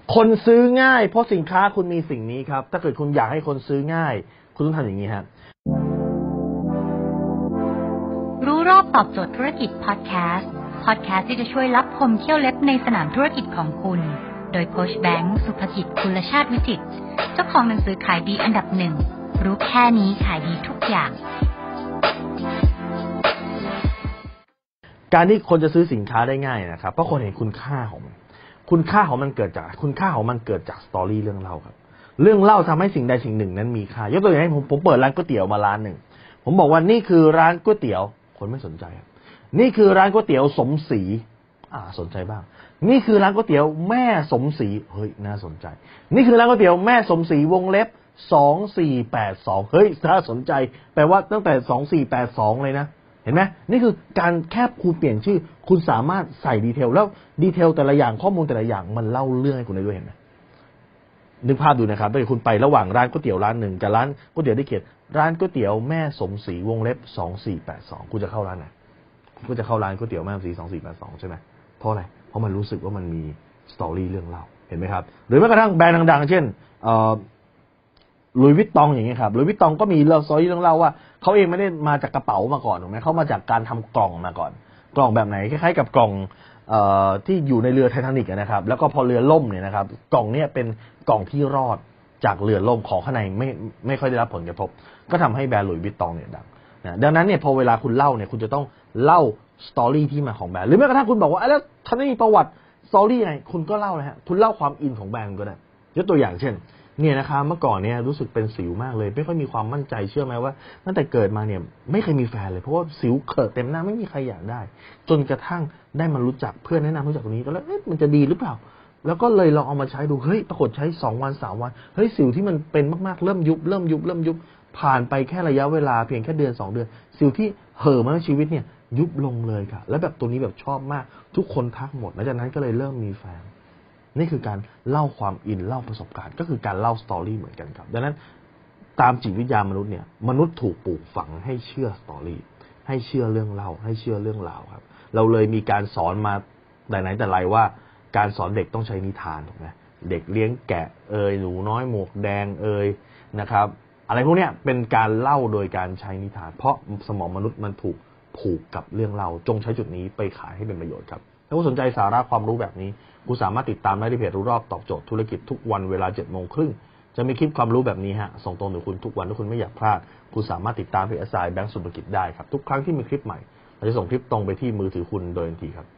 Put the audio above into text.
คนซื้อง่ายเพราะสินค้าคุณมีสิ่งนี้ครับถ้าเกิดคุณอยากให้คนซื้อง่ายคุณต้องทำอย่างนี้ฮะรู้รอบตอบโจทย์ธุรกิจพอดแคสต์ที่จะช่วยรับพมเที่ยวเล็บในสนามธุรกิจของคุณโดยโค้ชแบงค์สุภกิจกุลชาติวิจิตรเจ้าของหนังสือขายดีอันดับ1รู้แค่นี้ขายดีทุกอย่างการที่คนจะซื้อสินค้าได้ง่ายนะครับเพราะคนเห็นคุณค่าของมันเกิดจากสตอรี่เรื่องเล่าครับเรื่องเล่าทำให้สิ่งใดสิ่งหนึ่งนั้นมีค่ายกตัวอย่างให้ผมเปิดร้านก๋วยเตี๋ยวมาร้านหนึ่งผมบอกว่านี่คือร้านก๋วยเตี๋ยวคนไม่สนใจนี่คือร้านก๋วยเตี๋ยวสมศรีสนใจบ้างนี่คือร้านก๋วยเตี๋ยวแม่สมศรีเฮ้ยน่าสนใจนี่คือร้านก๋วยเตี๋ยวแม่สมศรีวงเล็บ2482เฮ้ยน่าสนใจแปลว่าตั้งแต่2482เลยนะเห็นไหมนี่คือการแค่คุณเปลี่ยนชื่อคุณสามารถใส่ดีเทลแล้วดีเทลแต่ละอย่างข้อมูลแต่ละอย่างมันเล่าเรื่องให้คุณได้ด้วยเห็นไหมนึกภาพดูนะครับถ้าคุณไประหว่างร้านก๋วยเตี๋ยวร้านหนึ่งกับร้านก๋วยเตี๋ยวที่เขียนร้านก๋วยเตี๋ยวแม่สมศรีวงเล็บ2482คุณจะเข้าร้านไหนคุณก็จะเข้าร้านก๋วยเตี๋ยวแม่สมศรี2482ใช่ไหมเพราะอะไรเพราะมันรู้สึกว่ามันมีสตอรี่เรื่องเล่าเห็นไหมครับหรือแม้กระทั่งแบรนด์ดังๆเช่นลุยวิตตองอย่างเงี้ยครับลุยวิตตองก็มีสตอรี่เรื่องเล่าว่าเขาเองไม่ได้มาจากกระเป๋ามาก่อนถูกไหมเขามาจากการทำกล่องมาก่อนกล่องแบบไหนคล้ายๆกับกล่องที่อยู่ในเรือไททานิกนะครับแล้วก็พอเรือล่มเนี่ยนะครับกล่องเนี้ยเป็นกล่องที่รอดจากเรือล่มของข้างในไม่ค่อยได้รับผลกระทบก็ทำให้แบรนด์ลุยวิตตองเนี่ยดังนะดังนั้นเนี่ยพอเวลาคุณเล่าเนี่ยคุณจะต้องเล่าสตอรี่ที่มาของแบรนด์หรือแม้กระทั่งคุณบอกว่าแล้วท่านไม่มีประวัติสตอรี่ไงคุณก็เล่านะฮะคุณเล่าความอินของแบรนด์ก็ได้ยกตัวอย่างเช่นเนี่ยนะครับเมื่อก่อนเนี่ยรู้สึกเป็นสิวมากเลยไม่ค่อยมีความมั่นใจเชื่อไหมว่าตั้งแต่เกิดมาเนี่ยไม่เคยมีแฟนเลยเพราะว่าสิวเขิดเต็มหน้าไม่มีใครอยากได้จนกระทั่งได้มารู้จักเพื่อนแนะนำรู้จักตรงนี้แล้วมันจะดีหรือเปล่าแล้วก็เลยลองเอามาใช้ดูเฮ้ยปรากฏใช้2 วัน 3 วันเฮ้ยสิวที่มันเป็นมากๆเริ่มยุบผ่านไปแค่ระยะเวลาเพียงแค่เดือน2 เดือนสิวที่เห่อมาในชีวิตเนี่ยยุบลงเลยค่ะแล้วแบบตัวนี้แบบชอบมากทุกคนทักหมดหลังจากนั้นก็เลยเริ่มมีแฟนนี่คือการเล่าความอินเล่าประสบการณ์ก็คือการเล่าสตอรี่เหมือนกันครับดังนั้นตามจิตวิทยามนุษย์เนี่ยมนุษย์ถูกปลูกฝังให้เชื่อสตอรี่ให้เชื่อเรื่องเล่าให้เชื่อเรื่องราวครับเราเลยมีการสอนมาแต่ไหนแต่ไรว่าการสอนเด็กต้องใช้นิทานถูกไหมเด็กเลี้ยงแกะหนูน้อยหมวกแดงนะครับอะไรพวกนี้เป็นการเล่าโดยการใช้นิทานเพราะสมองมนุษย์มันถูกผูกกับเรื่องเล่าจงใช้จุดนี้ไปขายให้เป็นประโยชน์ครับถ้าคุณสนใจสาระความรู้แบบนี้คุณสามารถติดตามได้ที่เพจรู้รอบตอบโจทย์ธุรกิจทุกวันเวลา 7:30 น.จะมีคลิปความรู้แบบนี้ฮะส่งตรงถึงคุณทุกวันถ้าคุณไม่อยากพลาดคุณสามารถติดตามเพจ SI แบงก์สุภกิจได้ครับทุกครั้งที่มีคลิปใหม่เราจะส่งคลิปตรงไปที่มือถือคุณโดยทันทีครับ